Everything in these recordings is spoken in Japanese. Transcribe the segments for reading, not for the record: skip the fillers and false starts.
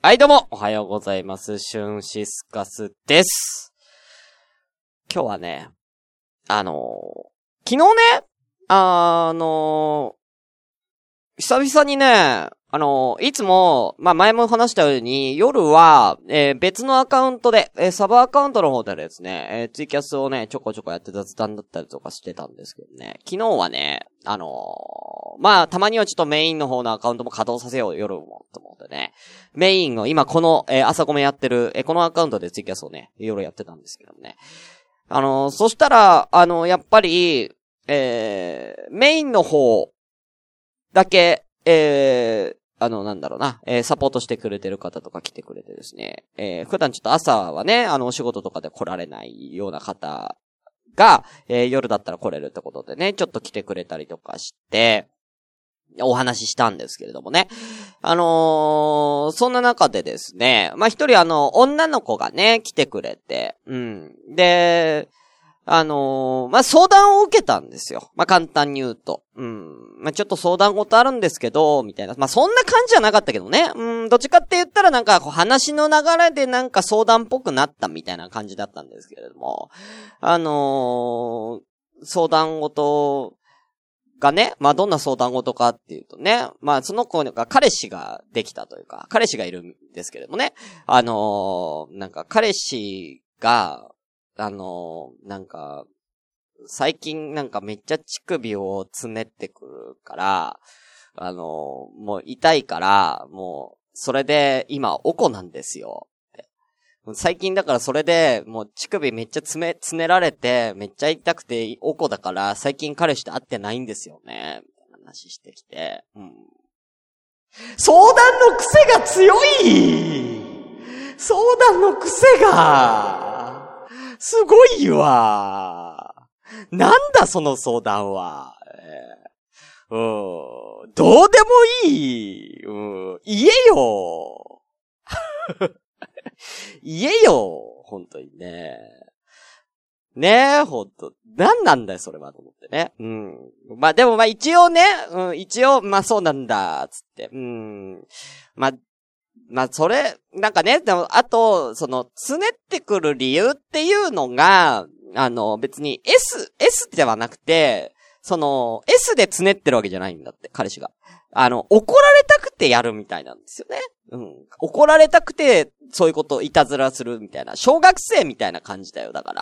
はいどうも、おはようございます。シュンシスカスです。今日はね、昨日ね、久々にね、いつも、前も話したように、夜は、別のアカウントで、サブアカウントの方でですね、ツイキャスをね、ちょこちょこやって雑談だったりとかしてたんですけどね、昨日はね、たまにはちょっとメインの方のアカウントも稼働させよう、夜も、と思ってね、メインの、今この、朝コメやってる、このアカウントでツイキャスをね、夜やってたんですけどね。そしたら、やっぱり、メインの方だけ、サポートしてくれてる方とか来てくれてですね、普段ちょっと朝はね、お仕事とかで来られないような方が、夜だったら来れるってことでね、ちょっと来てくれたりとかして、お話ししたんですけれどもね。そんな中でですね、一人女の子がね、来てくれて、で、相談を受けたんですよ。簡単に言うと。ちょっと相談事あるんですけど、みたいな。そんな感じじゃなかったけどね。どっちかって言ったら話の流れで相談っぽくなったみたいな感じだったんですけれども。相談事がね、どんな相談事かっていうとね、その子が彼氏ができたというか、彼氏がいるんですけれどもね。彼氏が、最近めっちゃ乳首をつねってくるから、もう痛いから、もう、それで今、おこなんですよ。最近だからそれで、もう乳首めっちゃつねられて、めっちゃ痛くておこだから、最近彼氏と会ってないんですよね。みたいな話してきて。相談の癖が強い！相談の癖がすごいわ。なんだその相談は。どうでもいい。言えよ。言えよ。本当にね。ねえ、本当。なんなんだよ、それは、と思ってね。でも一応ね、そうなんだ、つって。それ、でも、あと、つねってくる理由っていうのが、別に S ではなくて、S でつねってるわけじゃないんだって、彼氏が。怒られたくてやるみたいなんですよね。怒られたくて、そういうことをいたずらするみたいな、小学生みたいな感じだよ、だから。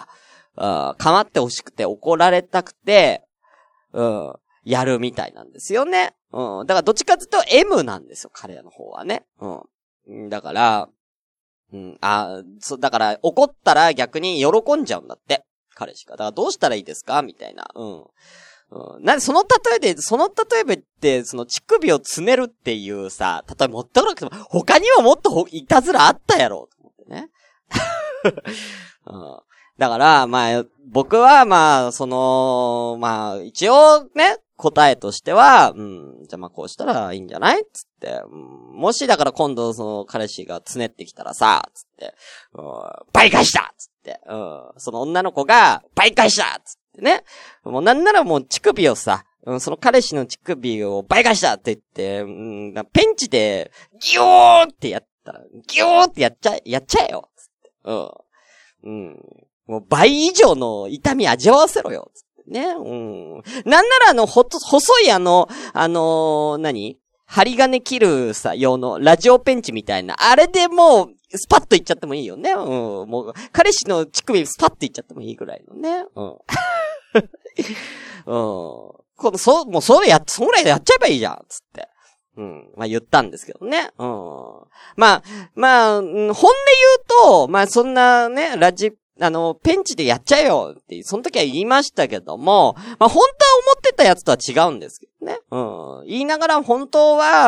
構ってほしくて、怒られたくて、やるみたいなんですよね。だからどっちかというと M なんですよ、彼らの方はね。だから、だから怒ったら逆に喜んじゃうんだって、彼氏が。だからどうしたらいいですかみたいな。なんでその例えって、乳首をつねるっていうさ、例え持ってこなくても、他にはもっといたずらあったやろ、と思ってね。だから、僕は一応ね、答えとしては、じゃあこうしたらいいんじゃないつって、もしだから今度彼氏がつねってきたらさ、つって、倍返したつって、その女の子が倍返したつってね、もうなんならもう乳首をさ、その彼氏の乳首を倍返したって言って、ペンチでギューってやったら、ギューってやっちゃえよつって、もう倍以上の痛み味わわせろよつって。ね、なんなら細い針金切るさ、用のラジオペンチみたいな、あれでもう、スパッといっちゃってもいいよね。もう、彼氏の乳首スパッといっちゃってもいいぐらいのね。もうそれやっちゃえばいいじゃん、つって。言ったんですけどね。本音言うと、そんなね、ペンチでやっちゃえよって、その時は言いましたけども、本当は思ってたやつとは違うんですけどね。言いながら本当は、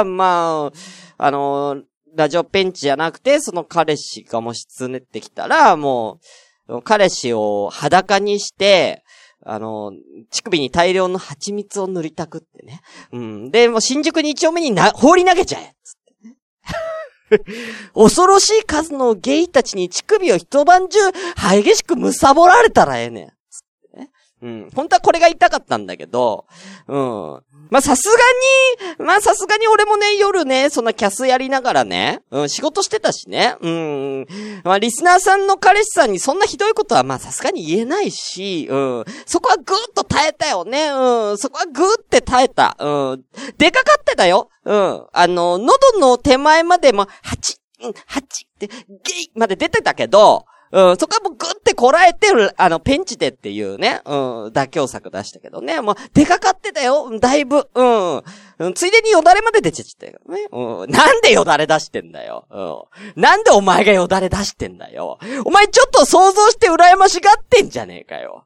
ラジオペンチじゃなくて、その彼氏がもしつねってきたら、もう、彼氏を裸にして、乳首に大量の蜂蜜を塗りたくってね。で、もう新宿2丁目に放り投げちゃえつってね。恐ろしい数のゲイたちに乳首を一晩中激しく貪られたらええねん。つってね。 本当はこれが言いたかったんだけど、まあ、さすがに俺もね、夜ね、そんなキャスやりながらね、仕事してたしね、まあ、リスナーさんの彼氏さんにそんなひどいことは、まあ、さすがに言えないし、そこはぐーっと耐えたよね、そこはぐーって耐えた、でかかってたよ、喉の手前まで、まあ、8って、ゲイまで出てたけど、そこはもうグってこらえて、ペンチでっていうね、妥協策出したけどね、もう、でかかってたよ、だいぶ、ついでによだれまで出ちゃったよね、なんでよだれ出してんだよ、なんでお前がよだれ出してんだよ、お前ちょっと想像して羨ましがってんじゃねえかよ。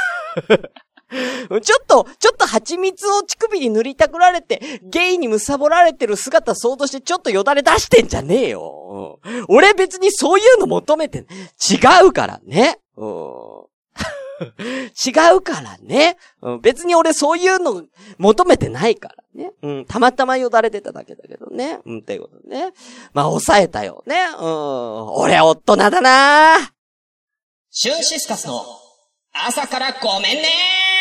ちょっと蜂蜜を乳首に塗りたくられて、ゲイに貪られてる姿想像してちょっとよだれ出してんじゃねえよ。俺別にそういうの求めて、違うからね。違うからね。別に俺そういうの求めてないからね。たまたまよだれ出ただけだけどね。っていうことでね。まあ、抑えたよね。俺大人だな。 シュンシスカスの朝からごめんね。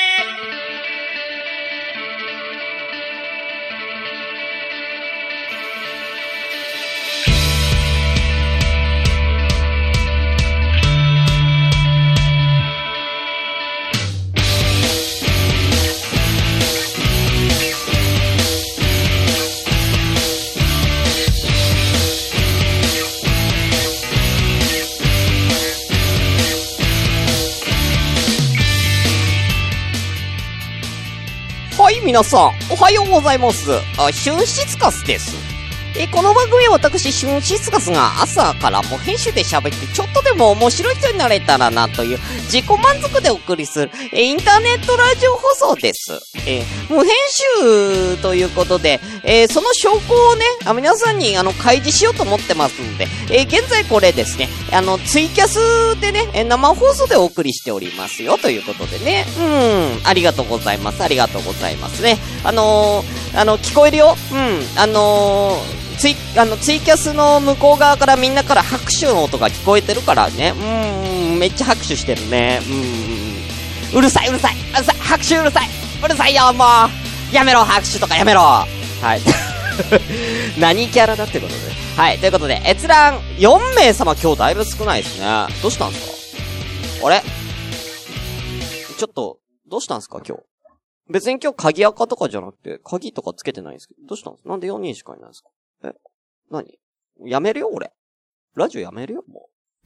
はい、皆さん、おはようございます。シュンシスカスです。この番組は私、シュンシスカスが朝からもう編集で喋ってちょっとでも面白い人になれたらなという自己満足でお送りする、インターネットラジオ放送です。もう編集ということで、その証拠をね、皆さんに開示しようと思ってますので、現在これですね、ツイキャスでね、生放送でお送りしておりますよということでね、ありがとうございます。ありがとうございますね。聞こえるよ。ツイキャスの向こう側からみんなから拍手の音が聞こえてるからね。めっちゃ拍手してるね。うるさい、拍手うるさいよ、もう。やめろ、拍手とかやめろ。はい。何キャラだってことで。はい、ということで、閲覧4名様今日だいぶ少ないですね。どうしたんですか？あれ？ちょっと、どうしたんですか今日。別に今日鍵垢とかじゃなくて、鍵とかつけてないんですけど、どうしたんですか？なんで4人しかいないんですか？何？やめるよ俺。ラジオやめるよも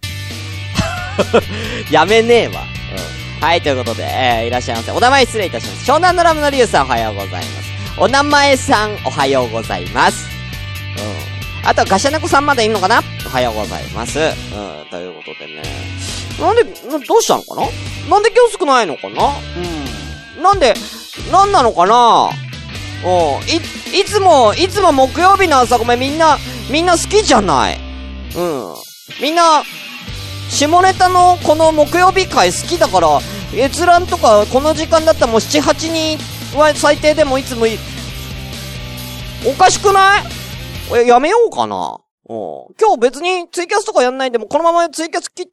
う。やめねえわ。はい、ということで、いらっしゃいませ。お名前失礼いたします。湘南のラムのリュウさんおはようございます。お名前さんおはようございます。あとはガシャネコさんまでいるのかな？おはようございます。ということでね。どうしたのかな？なんで今日少ないのかな？なんなのかないつも木曜日の朝ごめんみんな好きじゃない。みんな、下ネタのこの木曜日会好きだから、閲覧とかこの時間だったらもう7、8人は最低でもいつもおかしくない？やめようかな。今日別にツイキャスとかやんないでもこのままツイキャス切って、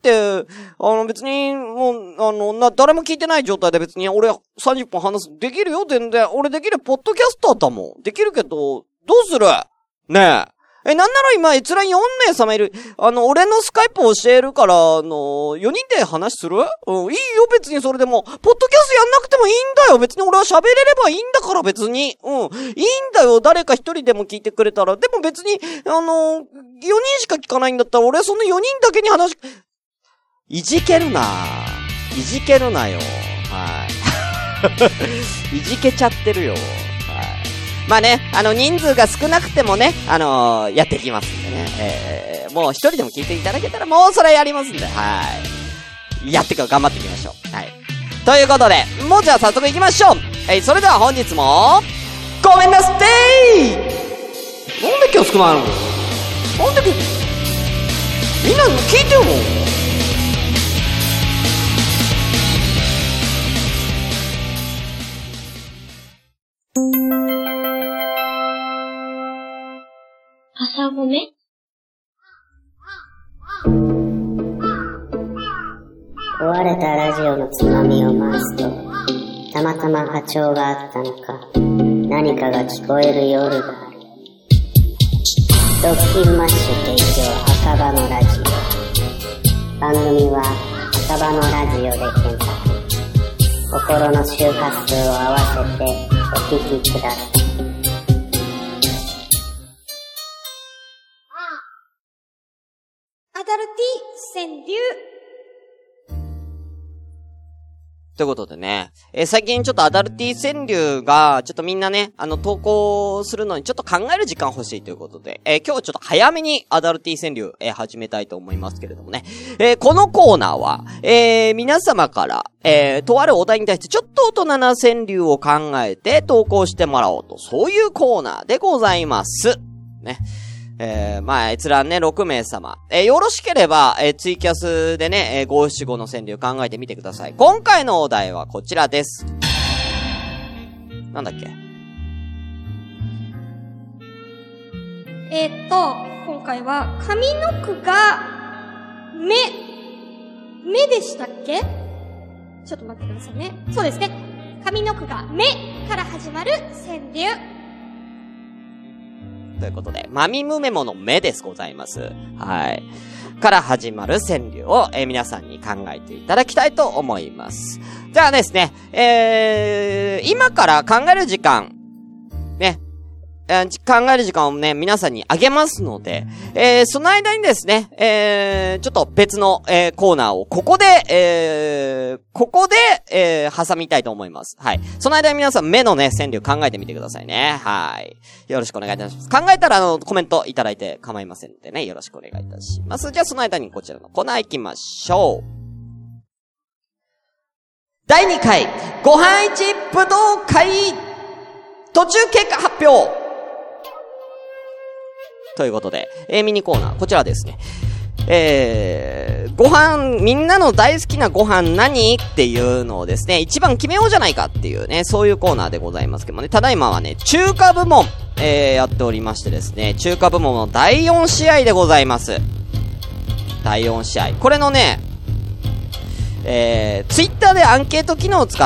別に、もう、誰も聞いてない状態で別に俺30分話す。できるよ、全然。俺できるポッドキャスターだもん。できるけど、どうする？ねえ。なんなら今閲覧4名様いる。俺のスカイプ教えるから、4人で話する？いいよ、別にそれでも。ポッドキャスやんなくてもいいんだよ。別に俺は喋れればいいんだから、別に。いいんだよ。誰か一人でも聞いてくれたら。でも別に、4人しか聞かないんだったら、俺その4人だけにいじけるなよ。はい。いじけちゃってるよ。まあね、人数が少なくてもね、やっていきますんでね。もう一人でも聞いていただけたらもうそれやりますんで、はい。頑張っていきましょう。はい。ということで、もうじゃあ早速行きましょう。それでは本日も、ごめんなさい。なんで今日少ないの？なんでみんな聞いてよもう。 朝ごめん？ 壊れたラジオのつまみを回すとまたま波長があったのか、何かが聞こえる夜がある。ドッキンマッシュ提供赤羽のラジオ。番組は赤羽のラジオで検索。心の周波数を合わせてお聞きください。 アダルティ川柳。 ということでね、最近ちょっとアダルティ川柳が、ちょっとみんなね、投稿するのにちょっと考える時間欲しいということで、今日はちょっと早めにアダルティ川柳、始めたいと思いますけれどもね。このコーナーは、皆様から、とあるお題に対してちょっと大人な川柳を考えて投稿してもらおうと、そういうコーナーでございます。ね。閲覧ね、6名様。よろしければ、ツイキャスでね、五七五の川柳考えてみてください。今回のお題はこちらです。なんだっけ？ 今回は、上の句が、目でしたっけ？ちょっと待ってくださいね。そうですね。上の句が、目から始まる川柳。 ということで、まみむめもの目ですございます。はい。から始まる川柳を、皆さんに考えていただきたいと思います。じゃあですね、今から考える時間、ね、考える時間をね、皆さんにあげますので、その間にですね、ちょっと別の、コーナーをここで、挟みたいと思います。はい。その間に皆さん目のね、川柳考えてみてくださいね。はい。よろしくお願いいたします。考えたらコメントいただいて構いませんのでね、よろしくお願いいたします。じゃあその間にこちらのコーナー行きましょう。第2回、ご飯市武道会、途中経過発表ということで、ミニコーナー、こちらですね。ご飯、みんなの大好きなご飯何っていうのをですね、一番決めようじゃないかっていうね、そういうコーナーでございますけどもね、ただいまはね、中華部門、やっておりましてですね、中華部門の第4試合でございます。第4試合。これのね、ツイッターでアンケート機能を使って、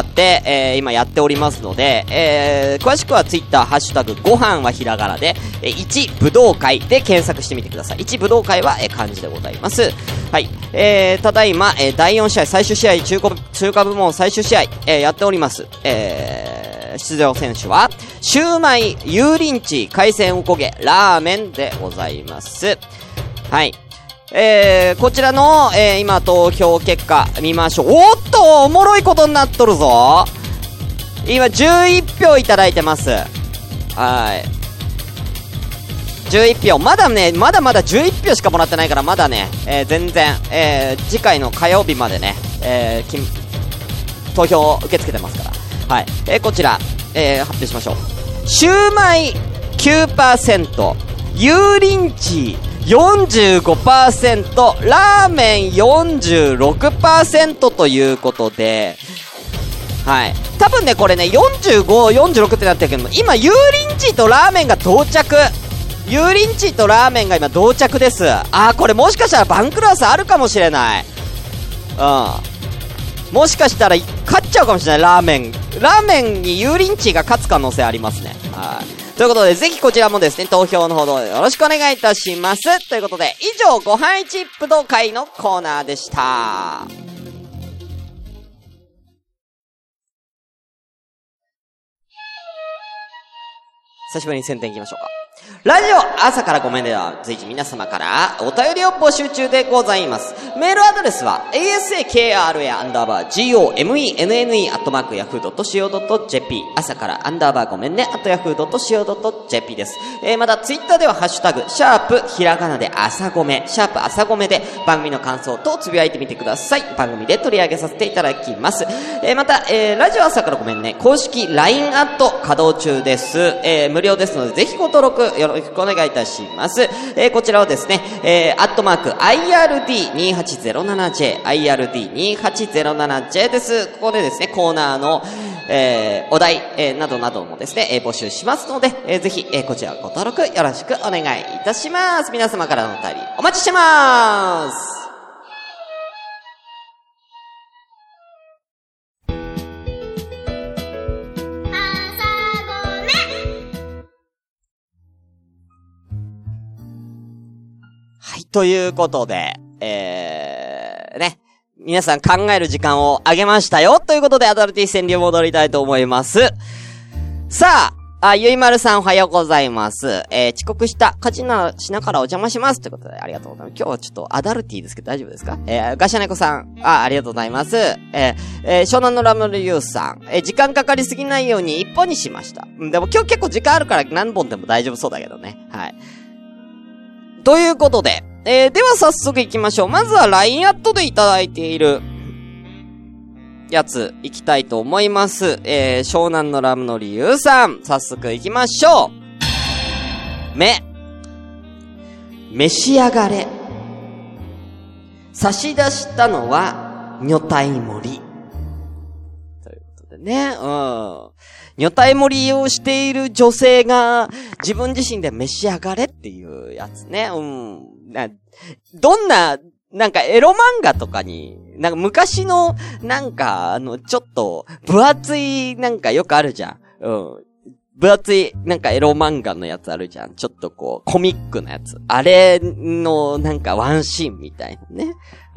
今やっておりますので、詳しくはツイッターハッシュタグご飯はひらがなで、1武道会で検索してみてください。1武道会は、漢字でございます。はい。ただいま、第4試合最終試合中華部門最終試合、やっております。出場選手はシューマイ、油淋鶏、海鮮おこげ、ラーメンでございます。はい。こちらの、今投票結果見ましょう。おっとおもろいことになっとるぞ。今11票いただいてます。はい。11票。まだまだ11票しかもらってないからまだね、全然、次回の火曜日までね、投票受け付けてますから。はい。こちら、発表しましょう。シューマイ 9%、油淋鶏45%、ラーメン 46% ということで、はい。多分ね、これね、45、46ってなってるけども、今、油淋鶏とラーメンが到着。油淋鶏とラーメンが今到着です。これもしかしたら番狂わせあるかもしれない。もしかしたら勝っちゃうかもしれない、ラーメンに油淋鶏が勝つ可能性ありますね。はい。ということで、ぜひこちらもですね、投票のほどよろしくお願いいたします。ということで、以上、ご飯市武道会のコーナーでした。久しぶりに宣伝いきましょうか。ラジオ朝からごめんねでは随時皆様からお便りを募集中でございます。メールアドレスは asakra_gomenne@yahoo.co.jp 朝からごめんね@yahoo.co.jp です。またツイッターではハッシュタグひらがなで朝ごめ朝ごめで番組の感想とつぶやいてみてください。番組で取り上げさせていただきます。また、ラジオ朝からごめんね公式 LINE アット稼働中です。無料ですのでぜひご登録よろしくお願いいたします。こちらをですね、@IRD2807J IRD2807J です。ここでですね、コーナーの、お題、などなどもですね、募集しますので、ぜひ、こちらご登録よろしくお願いいたします。皆様からのお便りお待ちしてます。 ということで、ね。皆さん考える時間をあげましたよ。ということで、アダルティ川柳戻りたいと思います。さあ、ゆいまるさんおはようございます。遅刻した。家事しながらお邪魔します。ということで、ありがとうございます。今日はちょっとアダルティですけど大丈夫ですか？ガシャネコさん、ありがとうございます。湘南のラムルユーさん、時間かかりすぎないように1本にしました。でも今日結構時間あるから何本でも大丈夫そうだけどね。はい。ということで、では早速行きましょう。まずは LINE アットでいただいているやつ行きたいと思います。湘南のラムの理由さん、早速行きましょう。召し上がれ。差し出したのは女体盛り。ということでね、女体盛りをしている女性が自分自身で召し上がれっていうやつね。どんな、なんかエロ漫画とかに、なんか昔の、なんかちょっと分厚いなんかよくあるじゃん。分厚いなんかエロ漫画のやつあるじゃん。ちょっとこうコミックなやつ。あれのなんかワンシーンみたいなね。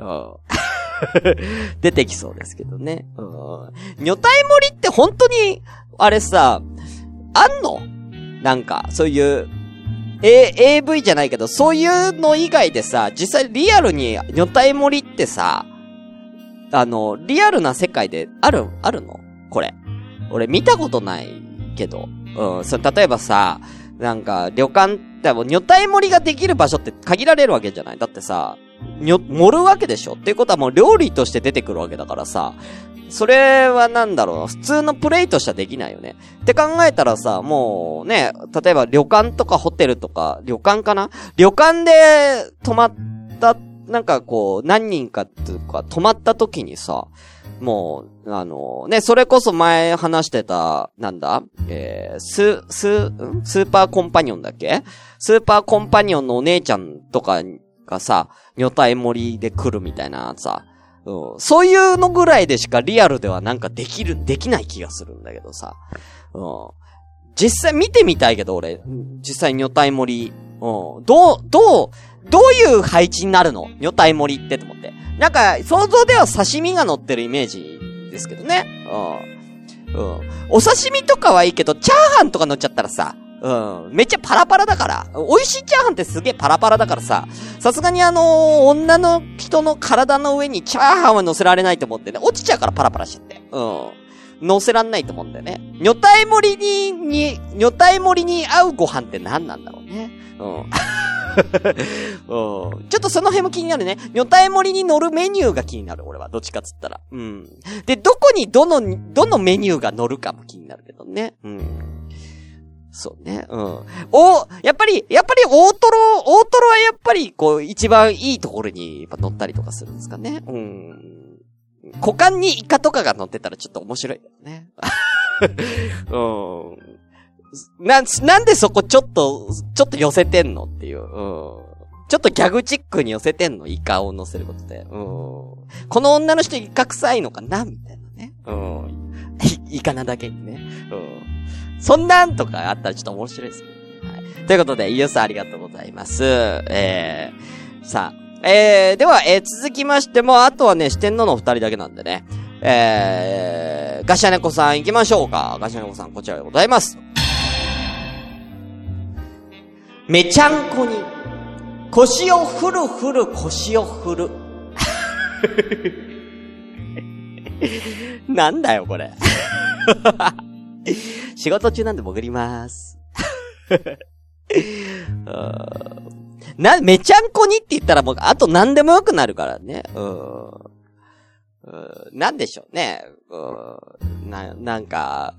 出てきそうですけどね。女体盛りって本当にあれさ、あんの？なんかそういうAV じゃないけど、そういうの以外でさ、実際リアルに女体盛りってさ、リアルな世界であるの？これ。俺見たことないけど。例えばさ、なんか旅館っても女体盛りができる場所って限られるわけじゃない？だってさ、盛るわけでしょ？っていうことはもう料理として出てくるわけだからさ、それはなんだろう、普通のプレイとしてはできないよね。って考えたらさ、もうね、例えば旅館とかホテルとか、旅館かな？旅館で泊まった、なんかこう、何人かっていうか、泊まった時にさ、もう、ね、それこそ前話してた、なんだ？スーパーコンパニオンだっけ？スーパーコンパニオンのお姉ちゃんとかがさ、女体盛りで来るみたいなさ、そういうのぐらいでしかリアルではなんかできない気がするんだけどさ。実際見てみたいけど俺、実際女体盛り、どういう配置になるの？女体盛りってと思って。なんか、想像では刺身が乗ってるイメージですけどね。お刺身とかはいいけど、チャーハンとか乗っちゃったらさ、めっちゃパラパラだから、美味しいチャーハンってすげえパラパラだからさ、さすがに女の人の体の上にチャーハンは乗せられないと思ってね、落ちちゃうからパラパラしちゃって。乗せらんないと思うんだよね。女体盛りに合うご飯って何なんだろうね。ちょっとその辺も気になるね。女体盛りに乗るメニューが気になる、俺は。どっちかっつったら。で、どこにどのメニューが乗るかも気になるけどね。そうね。やっぱり大トロはやっぱり、こう、一番いいところに、やっぱ乗ったりとかするんですかね。股間にイカとかが乗ってたらちょっと面白いよね。なんでそこちょっと寄せてんのっていう。ちょっとギャグチックに寄せてんの？イカを乗せることで。この女の人イカ臭いのかなみたいなね。イカなだけにね。そんなんとかあったらちょっと面白いですけどね。はい。ということで、ゆうさんありがとうございます。さあ、では、続きましても、あとはね、四天王の二人だけなんでね。ガシャネコさん行きましょうか。ガシャネコさんこちらでございます。めちゃんこに、腰をふるふる腰を振る。なんだよ、これ。仕事中なんで潜ります。めちゃんこにって言ったらもう、あと何でもよくなるからね。なんでしょうね。なんか、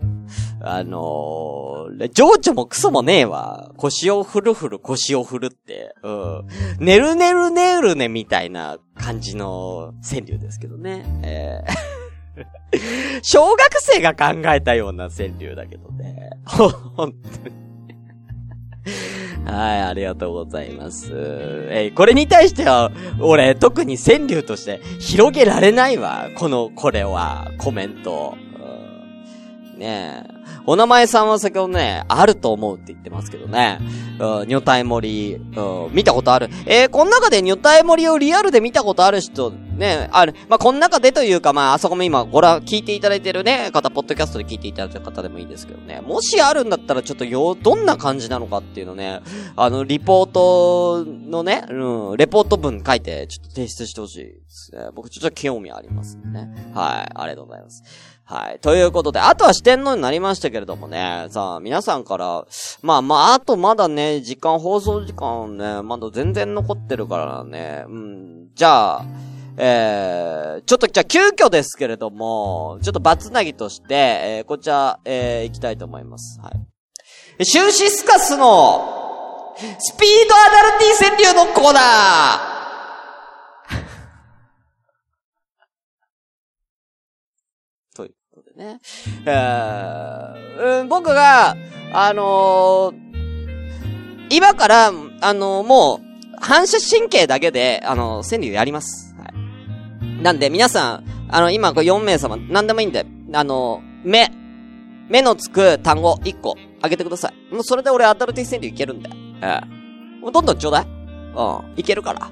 情緒もクソもねえわ。腰をふるふる腰を振るって。ねるねるねるねみたいな感じの川柳ですけどね。小学生が考えたような川柳だけどね。本当に。はい、ありがとうございます。これに対しては、俺、特に川柳として広げられないわ。これは、コメント。ねえ。 お名前さんは先ほどね、あると思うって言ってますけどね。女体盛り、見たことある。この中で女体盛りをリアルで見たことある人、ね、ある。まあ、この中でというか、まあ、あそこも今聞いていただいてるね、ポッドキャストで聞いていただいてる方でもいいですけどね。もしあるんだったらちょっとどんな感じなのかっていうのね、リポートのね、レポート文書いて、ちょっと提出してほしいですね。僕ちょっと興味ありますね。はい、ありがとうございます。はい。ということで、あとは四天王になりましたけれどもね、さあ、皆さんから、あとまだね、放送時間ね、まだ全然残ってるからね、じゃあ、ちょっとじゃあ急遽ですけれども、ちょっとバツナギとして、こちら、行きたいと思います。はい。シュンシスカスの、スピードアダルティ川柳のコーナーということでね。僕が、今から、もう、反射神経だけで、川柳やります。はい。なんで、皆さん、今、これ4名様、なんでもいいんで、目のつく単語1個、あげてください。もうそれで俺アダルティ川柳いけるんで。もうどんどんちょうだい。いけるから。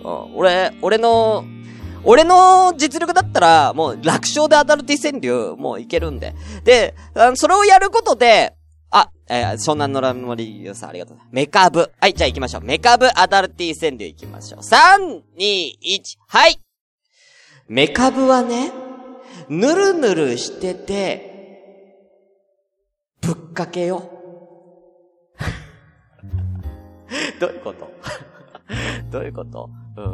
俺の実力だったら、もう楽勝でアダルティ川柳、もういけるんで。で、それをやることで、湘南のラムモリユーさんありがとうございます。メカブ。はい、じゃあ行きましょう。メカブアダルティ川柳行きましょう。3、2、1、はい。メカブはね、ぬるぬるしてて、ぶっかけよ。どういうことどういうこと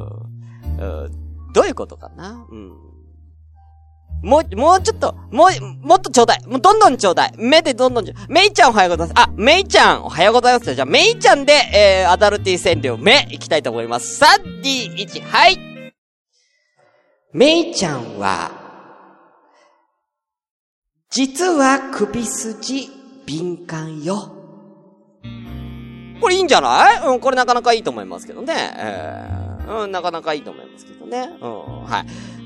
どういうことかなもうちょっと、もっとちょうだい。もうどんどんちょうだい。目でどんどんメイちゃんおはようございます。メイちゃんおはようございます。じゃあ、メイちゃんで、アダルティ川柳、目、いきたいと思います。3、2、1、はい。メイちゃんは、実は首筋敏感よ。これいいんじゃない？これなかなかいいと思いますけどね。なかなかいいと思いますけどね。はい。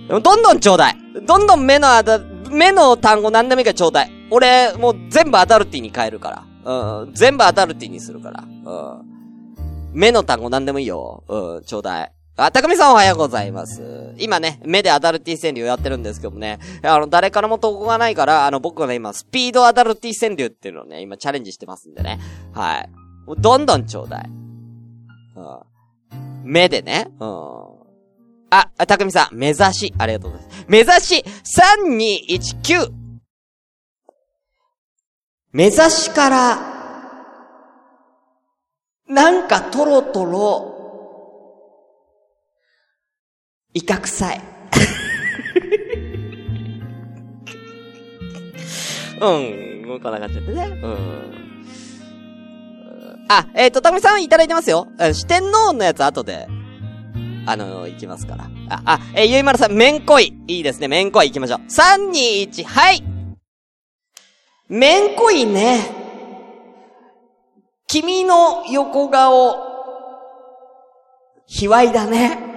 どんどんちょうだい。どんどん目の単語何でもいいからちょうだい。俺、もう全部アダルティに変えるから。全部アダルティにするから。目の単語何でもいいよ。ちょうだい。たくみさんおはようございます。今ね、目でアダルティ川柳をやってるんですけどもね、誰からも投稿がないから、僕はね、今、スピードアダルティ川柳っていうのをね、今チャレンジしてますんでね。はい。どんどんちょうだい。目でね。たくみさん、目指し。ありがとうございます。目指し、3、2、1、9。目指しから、なんかトロトロ、イカ臭い。こんな感じでね。たくみさんいただいてますよ。四天王のやつ後で、いきますから。ゆいまるさん、めんこい。いいですね、めんこい行きましょう。3、2、1、はい。めんこいね。君の横顔、卑猥だね。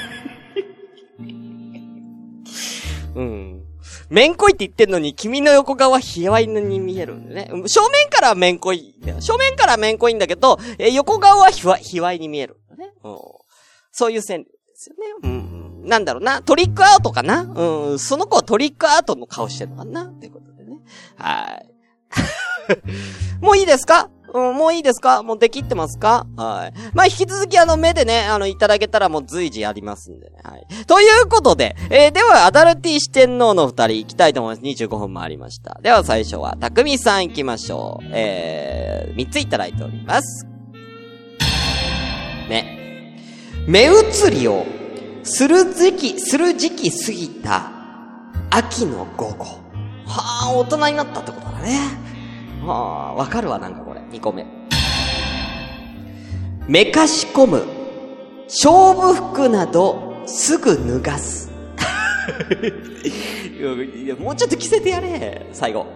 めんこいって言ってんのに、君の横顔は卑猥に見えるんでね。正面からはめんこい。正面からはめんこいんだけど、横顔は卑猥に見えるんだね。そういう川柳ですよね。なんだろうな。トリックアートかな。その子はトリックアートの顔してるのかなってことでね。はい。もういいですか？もういいですか？もうできってますか？はい。引き続き目でね、いただけたらもう随時やりますんでね。はい。ということで、では、アダルティ四天王の二人行きたいと思います。25分回りました。では最初は、たくみさん行きましょう。3ついただいております。ね。目移りを、する時期過ぎた、秋の午後。はぁ、大人になったってことだね。はぁ、わかるわ、なんかこれ。2個目。めかし込む。勝負服など、すぐ脱がす。いやもうちょっと着せてやれ。最後。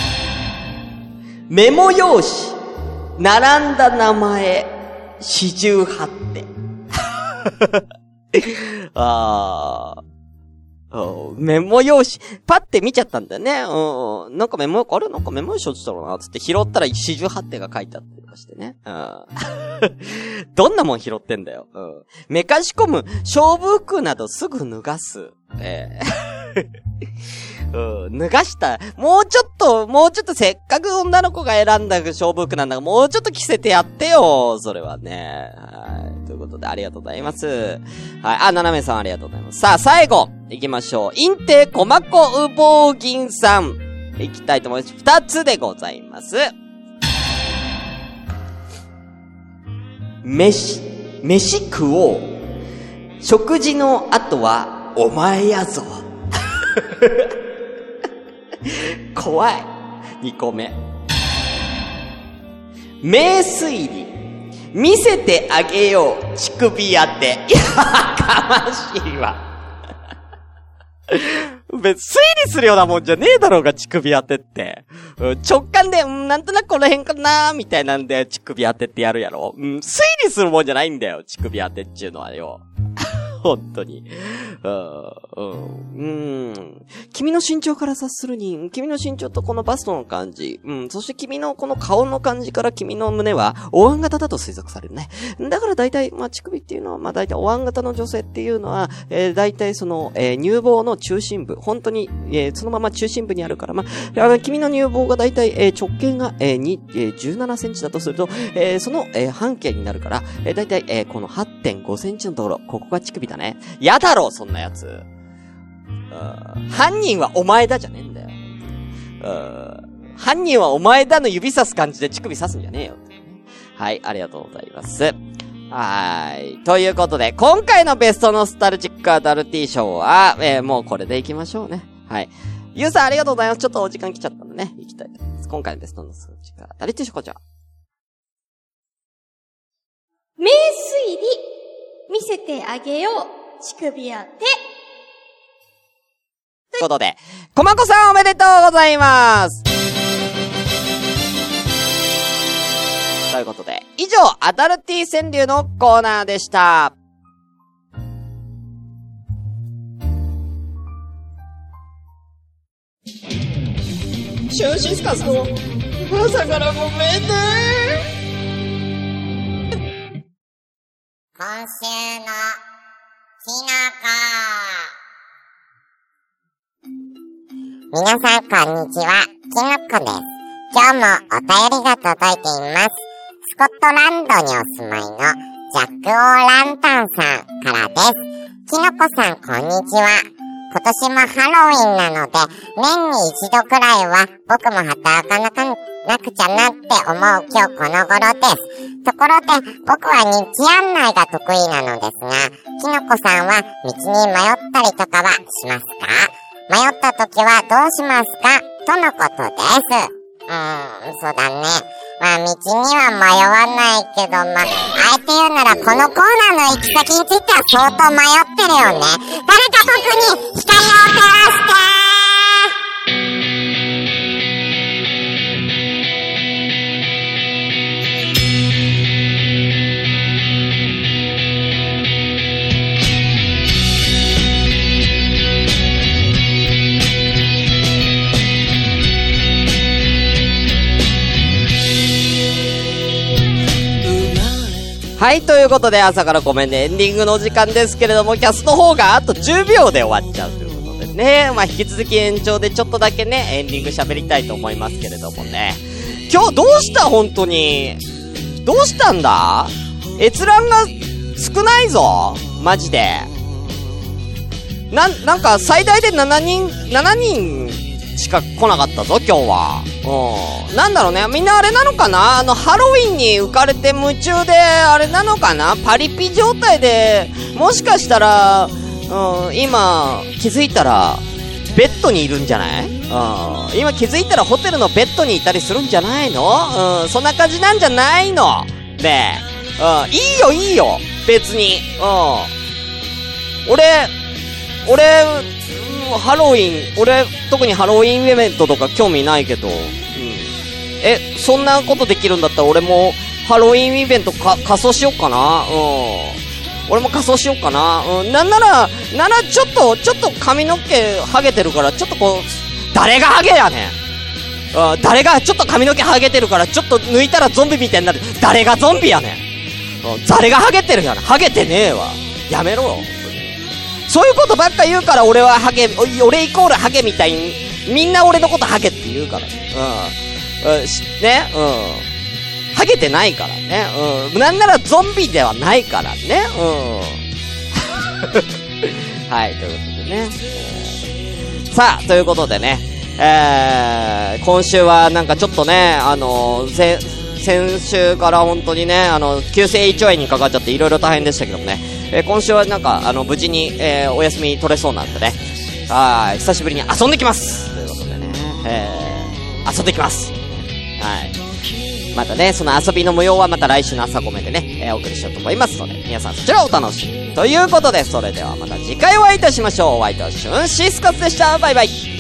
メモ用紙。並んだ名前。四十八手。 メモ用紙、パッて見ちゃったんだよね。なんかメモ用紙、なんかメモ用紙落ちたろうな、つって拾ったら48点が書いてあったりとかしてね。どんなもん拾ってんだよ。めかし込む、勝負服などすぐ脱がす。脱がした。もうちょっとせっかく女の子が選んだ勝負服なんだから、もうちょっと着せてやってよ。それはね。はい。ということで、ありがとうございます。はい。ななめさんありがとうございます。さあ、最後、行きましょう。インテコマコウボウギンさん。行きたいと思います。2つでございます。飯食おう。食事の後は、お前やぞ。怖い。2個目。名推理。見せてあげよう。乳首当て。いや、かましいわ。別推理するようなもんじゃねえだろうが、乳首当てって。直感で、なんとなくこの辺かなーみたいなんで、乳首当てってやるやろ。推理するもんじゃないんだよ、乳首当てっていうのはよ。本当に。君の身長から察するに、君の身長とこのバストの感じ、そして君のこの顔の感じから君の胸は、お椀型だと推測されるね。だから大体、乳首っていうのは、大体お椀型の女性っていうのは、大体その、乳房の中心部、本当に、そのまま中心部にあるから、君の乳房が大体、直径が、17センチだとすると、その、半径になるから、大体、この 8.5 センチのところ、ここが乳首だね。やだろ、そんなやつ。犯人はお前だじゃねえんだよ。犯人はお前だの指さす感じで乳首刺すんじゃねえよ。はい、ありがとうございます。はい。ということで、今回のベストノスタルジックアダルティ賞は、もうこれで行きましょうね。はい。ゆうさんありがとうございます。ちょっとお時間来ちゃったんでね、行きたいと思います。今回のベストノスタルジックアダルティ賞こちら。 名推理、見せてあげよう。乳首当て。 ということで、こまこさんおめでとうございます。ということで、以上、アダルティ川柳のコーナーでした。 シュンシスカスの朝からごめんね。 今週のきのこ。皆さんこんにちは、きのこです。今日もお便りが届いています。スコットランドにお住まいのジャック・オー・ランタンさんからです。きのこさんこんにちは。今年もハロウィンなので、年に一度くらいは僕も働かなくちゃなって思う今日この頃です。ところで、僕は日案内が得意なのですが、きのこさんは道に迷ったりとかはしますか？迷った時はどうしますか？とのことです。そうだね。道には迷わないけど、あえて言うならこのコーナーの行き先については相当迷ってるよね。誰か僕に光を照らしてはい、ということで朝からごめんね、エンディングのお時間ですけれども、キャスの方があと10秒で終わっちゃうということでね、引き続き延長でちょっとだけね、エンディング喋りたいと思いますけれどもね。今日どうした本当に。どうしたんだ？閲覧が少ないぞマジで。なんか最大で7人しか来なかったぞ、今日は。なんだろうね。みんなあれなのかな？ハロウィンに浮かれて夢中で、あれなのかな？パリピ状態で、もしかしたら、今、気づいたら、ベッドにいるんじゃない？今気づいたらホテルのベッドにいたりするんじゃないの？そんな感じなんじゃないの？ねえ。いいよ。別に。俺、ハロウィン、特にハロウィンイベントとか興味ないけど、そんなことできるんだったら俺もハロウィンイベント仮装しよっかな。 俺も仮装しようかな。なんなら、ちょっと髪の毛ハゲてるから、ちょっとこう、誰がハゲやねん。誰がちょっと髪の毛ハゲてるから、ちょっと抜いたらゾンビみたいになる。誰がゾンビやねん。誰がハゲてるやねん。ハゲてねえわ。やめろよ。そういうことばっか言うから、俺は俺イコールハゲみたいに、みんな俺のことハゲって言うから。ハゲてないからね。なんならゾンビではないからね。はい、ということでね。さあ、ということでね。今週はなんかちょっとね、先週から本当にね、急性胃腸炎にかかっちゃっていろいろ大変でしたけどもね。今週はなんか、無事に、お休み取れそうなんでね。久しぶりに遊んできます。ということでね。遊んできます。はい。またね、その遊びの模様はまた来週の朝ごめでね、お送りしようと思いますので、皆さんそちらをお楽しみに。ということで、それではまた次回お会いいたしましょう。お相手はシュンシスカスでした。バイバイ。